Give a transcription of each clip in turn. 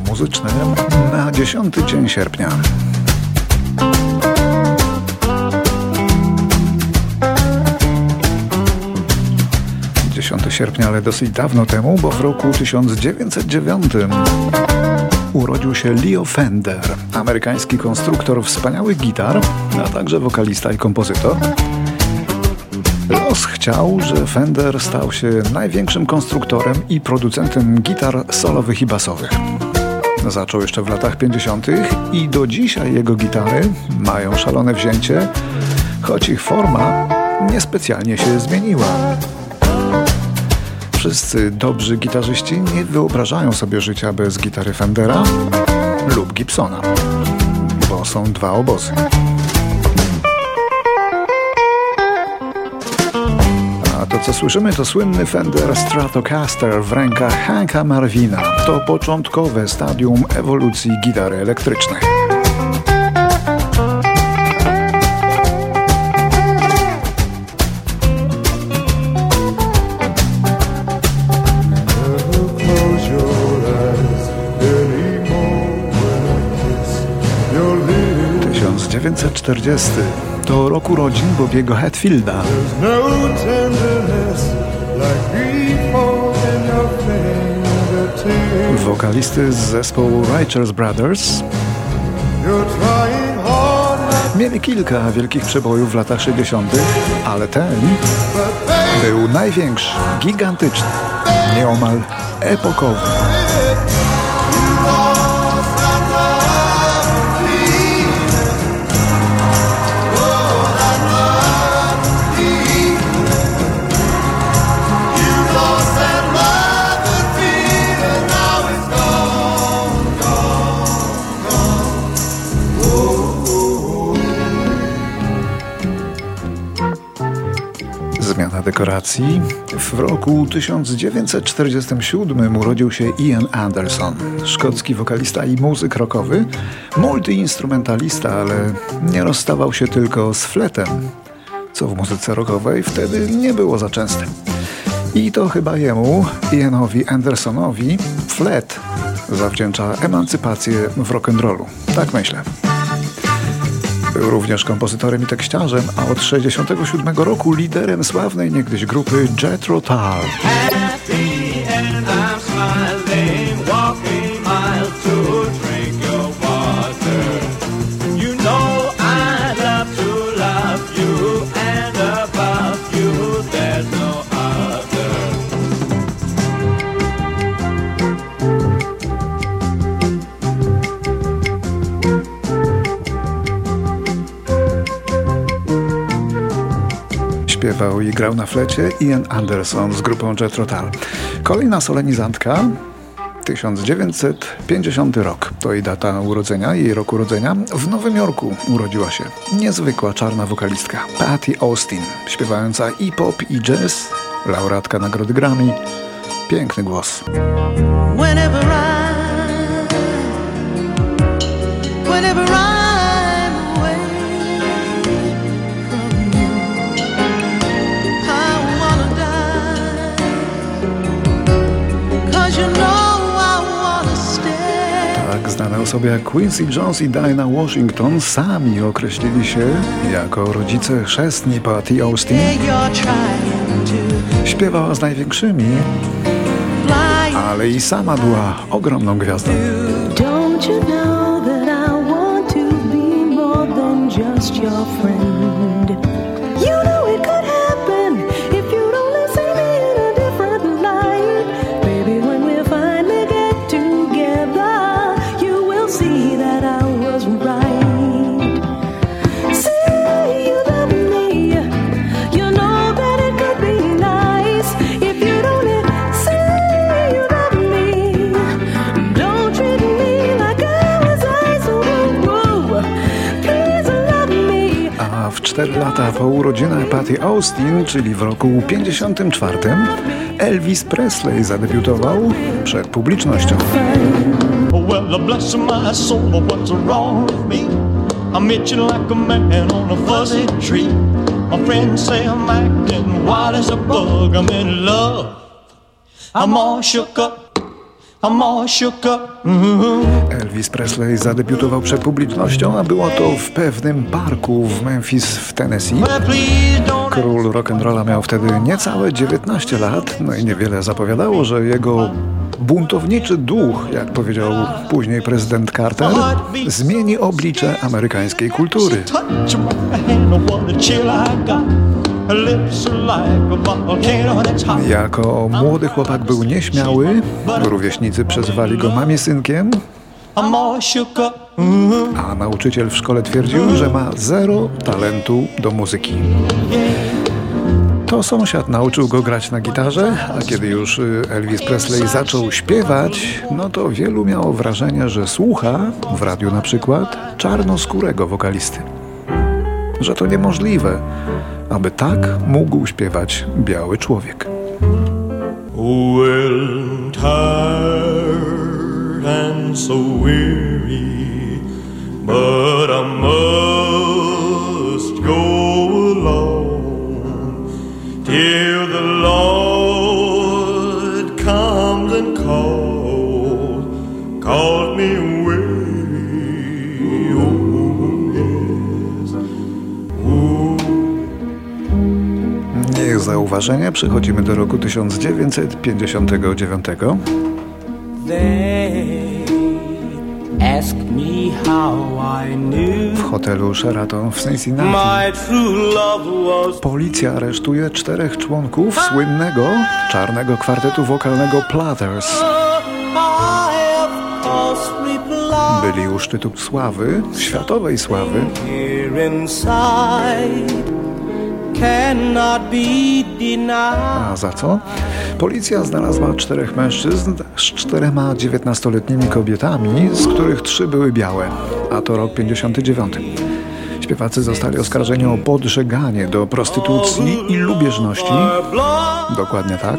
muzyczne na 10 dzień sierpnia. 10 sierpnia, ale dosyć dawno temu, bo w roku 1909 urodził się Leo Fender, amerykański konstruktor wspaniałych gitar, a także wokalista i kompozytor. Los chciał, że Fender stał się największym konstruktorem i producentem gitar solowych i basowych. Zaczął jeszcze w latach 50. i do dzisiaj jego gitary mają szalone wzięcie, choć ich forma niespecjalnie się zmieniła. Wszyscy dobrzy gitarzyści nie wyobrażają sobie życia bez gitary Fendera lub Gibsona, bo są dwa obozy. A to, co słyszymy, to słynny Fender Stratocaster w rękach Hanka Marvina. To początkowe stadium ewolucji gitary elektrycznej. W 1940 to rok urodzin Bobbiego Hatfielda. Wokalisty z zespołu Righteous Brothers. Mieli kilka wielkich przebojów w latach 60., ale ten był największy, gigantyczny, nieomal epokowy. Zmiana dekoracji. W roku 1947 urodził się Ian Anderson, szkocki wokalista i muzyk rockowy, multiinstrumentalista, ale nie rozstawał się tylko z fletem, co w muzyce rockowej wtedy nie było za częste. I to chyba jemu, Ianowi Andersonowi, flet zawdzięcza emancypację w rock'n'rollu. Tak myślę. Był również kompozytorem i tekściarzem, a od 1967 roku liderem sławnej niegdyś grupy Jethro Tull. Śpiewał i grał na flecie Ian Anderson z grupą Jethro Tull. Kolejna solenizantka, 1950 rok. To jej data urodzenia, jej rok urodzenia. W Nowym Jorku urodziła się niezwykła czarna wokalistka Patty Austin, śpiewająca i pop, i jazz, laureatka nagrody Grammy. Piękny głos. Tak znane osoby jak Quincy Jones i Dinah Washington sami określili się jako rodzice chrzestni Patty Austin. Śpiewała z największymi, ale i sama była ogromną gwiazdą. Don't you know that I want to be more than just your friend? You know it could happen if you don't listen to me in a different light. Baby, when we finally get together, you will see that I was right. Say you love me, you know that it could be nice if you don't say you love me. Don't treat me like I was ice, please love me. A w 4 lata po urodzinach Patty Austin, czyli w roku 54, Elvis Presley zadebiutował przed publicznością. Well, bless my soul, what's wrong with me? I'm itching like a man on a fuzzy tree. My friends say I'm acting wild as a bug. I'm in love. I'm all shook up. Elvis Presley zadebiutował przed publicznością, a było to w pewnym parku w Memphis w Tennessee. Król rock'n'rolla miał wtedy niecałe 19 lat, no i niewiele zapowiadało, że jego buntowniczy duch, jak powiedział później prezydent Carter, zmieni oblicze amerykańskiej kultury. Jako młody chłopak był nieśmiały, rówieśnicy przezywali go mamiesynkiem, a nauczyciel w szkole twierdził, że ma zero talentu do muzyki. To sąsiad nauczył go grać na gitarze, a kiedy już Elvis Presley zaczął śpiewać, no to wielu miało wrażenie, że słucha, w radiu na przykład, czarnoskórego wokalisty. Że to niemożliwe, aby tak mógł śpiewać biały człowiek. Well, tired and so weary, but I must go along till the Lord comes and calls me away. Niech zauważenia, przechodzimy do roku 1959. W hotelu Sheraton w Cincinnati policja aresztuje 4 członków słynnego czarnego kwartetu wokalnego Platters. Byli u szczytu sławy, światowej sławy. A za co? Policja znalazła 4 mężczyzn z 4 19-letnimi kobietami, z których 3 były białe, a to rok 59. Śpiewacy zostali oskarżeni o podżeganie do prostytucji i lubieżności. Dokładnie tak.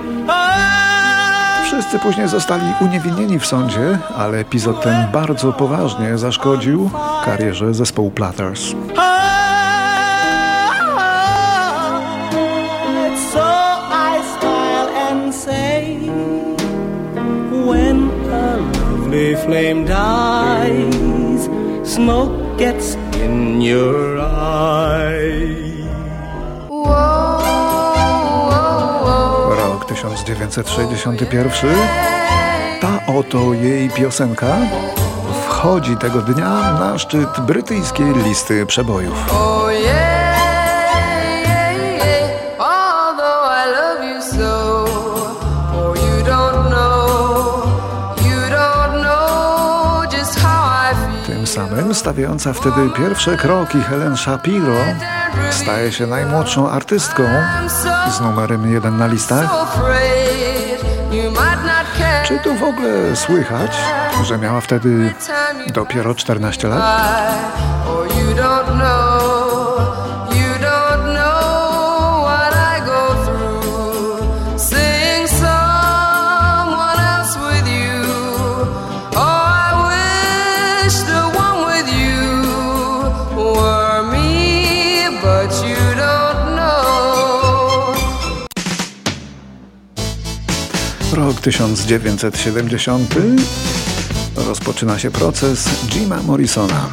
Wszyscy później zostali uniewinnieni w sądzie, ale epizod ten bardzo poważnie zaszkodził karierze zespołu Platters. When a lovely flame dies, smoke gets in your eye. Rok 1961. Ta oto jej piosenka wchodzi tego dnia na szczyt brytyjskiej listy przebojów. Tym samym stawiająca wtedy pierwsze kroki Helen Shapiro staje się najmłodszą artystką z numerem 1 na listach. Czy tu w ogóle słychać, że miała wtedy dopiero 14 lat? Rok 1970. Rozpoczyna się proces Jima Morrisona.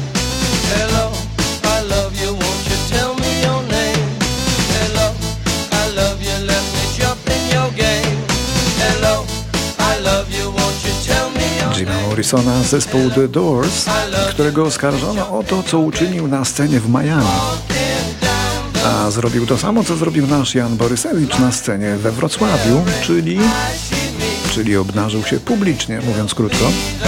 Jima Morrisona, zespół The Doors, którego oskarżono o to, co uczynił na scenie w Miami. A zrobił to samo, co zrobił nasz Jan Borysewicz na scenie we Wrocławiu, czyli obnażył się publicznie, mówiąc krótko.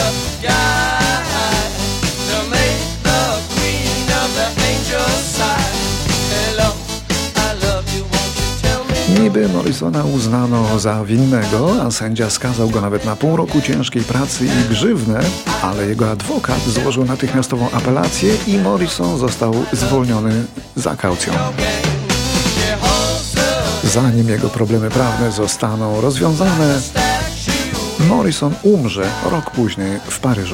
Niby Morrisona uznano za winnego, a sędzia skazał go nawet na pół roku ciężkiej pracy i grzywnę, ale jego adwokat złożył natychmiastową apelację i Morrison został zwolniony za kaucją. Zanim jego problemy prawne zostaną rozwiązane, Morrison umrze rok później w Paryżu.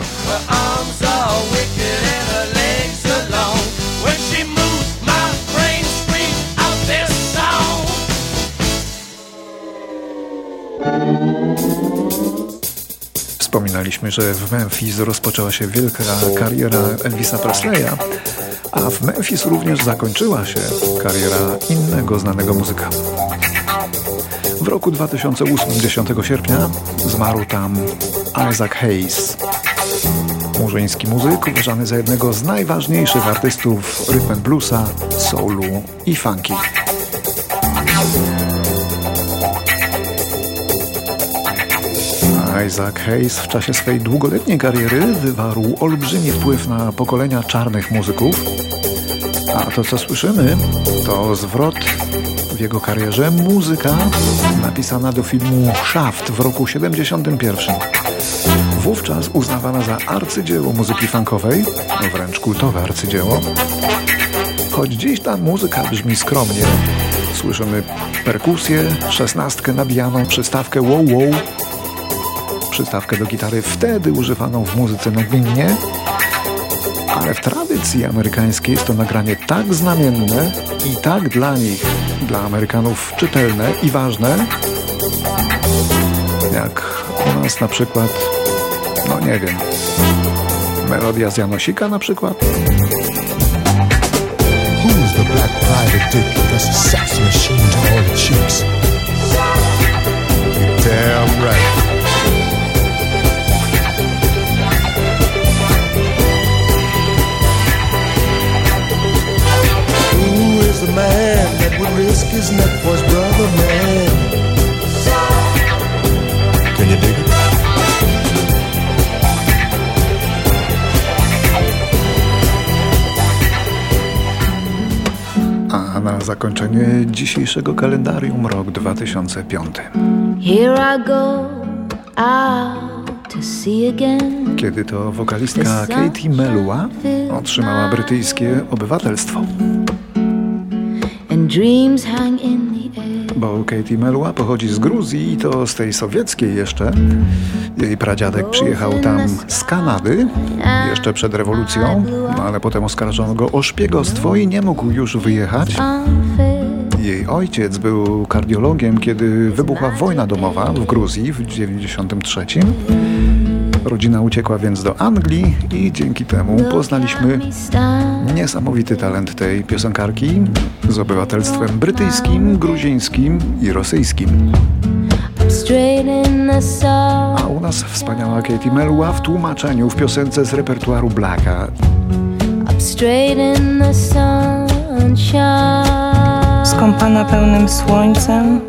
Wspominaliśmy, że w Memphis rozpoczęła się wielka kariera Elvisa Presleya, a w Memphis również zakończyła się kariera innego znanego muzyka. W roku 2008, 10 sierpnia, zmarł tam Isaac Hayes. Murzyński muzyk uważany za jednego z najważniejszych artystów rhythm and bluesa, soulu i funky. Isaac Hayes w czasie swej długoletniej kariery wywarł olbrzymi wpływ na pokolenia czarnych muzyków, a to, co słyszymy, to zwrot w jego karierze muzyka napisana do filmu Shaft w roku 71. Wówczas uznawana za arcydzieło muzyki funkowej, wręcz kultowe arcydzieło. Choć dziś ta muzyka brzmi skromnie, słyszymy perkusję, szesnastkę nabijaną, przystawkę wow-wow, przystawkę do gitary wtedy używaną w muzyce nagminnie, ale w tradycji amerykańskiej jest to nagranie tak znamienne i tak dla nich, dla Amerykanów czytelne i ważne, jak u nas na przykład, no nie wiem, melodia z Janosika na przykład. Who's the black private dick that's a sex machine to all the chicks? You're damn right. The man that would risk his neck for his brother, man. Can you dig it? A na zakończenie dzisiejszego kalendarium rok 2005. Here I go out to see again. Kiedy to wokalistka Katie Melua otrzymała brytyjskie obywatelstwo. Dreams hang in the air. Bo Katie Melua pochodzi z Gruzji i to z tej sowieckiej jeszcze. Jej pradziadek przyjechał tam z Kanady jeszcze przed rewolucją, no ale potem oskarżono go o szpiegostwo i nie mógł już wyjechać. Jej ojciec był kardiologiem, kiedy wybuchła wojna domowa w Gruzji w 1993. Rodzina uciekła więc do Anglii i dzięki temu poznaliśmy niesamowity talent tej piosenkarki z obywatelstwem brytyjskim, gruzińskim i rosyjskim. A u nas wspaniała Katie Melua w tłumaczeniu w piosence z repertuaru Blacka. Skąpana pełnym słońcem,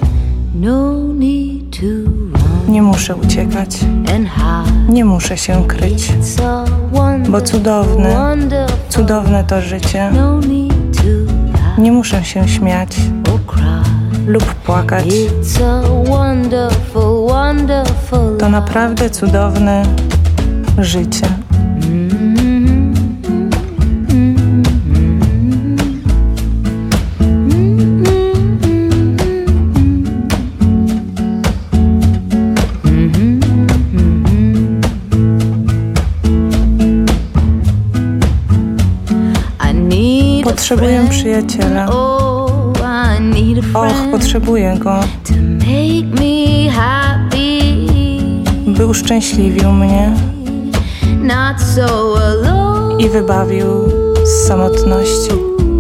nie muszę uciekać, nie muszę się kryć, bo cudowne to życie. Nie muszę się śmiać lub płakać. To naprawdę cudowne życie. Potrzebuję przyjaciela. Och, potrzebuję go, by uszczęśliwił mnie i wybawił z samotności.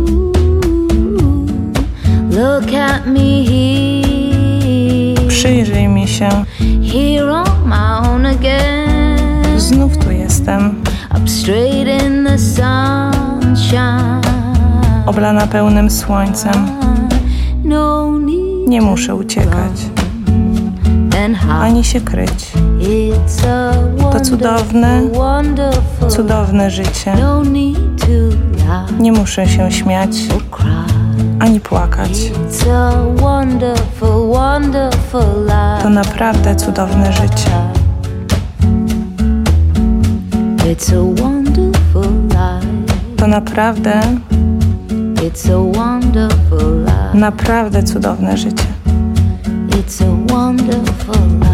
Przyjrzyj mi się. Znów tu jestem. Oblana pełnym słońcem. Nie muszę uciekać, ani się kryć. To cudowne życie. Nie muszę się śmiać, ani płakać. To naprawdę cudowne życie. To naprawdę cudowne życie.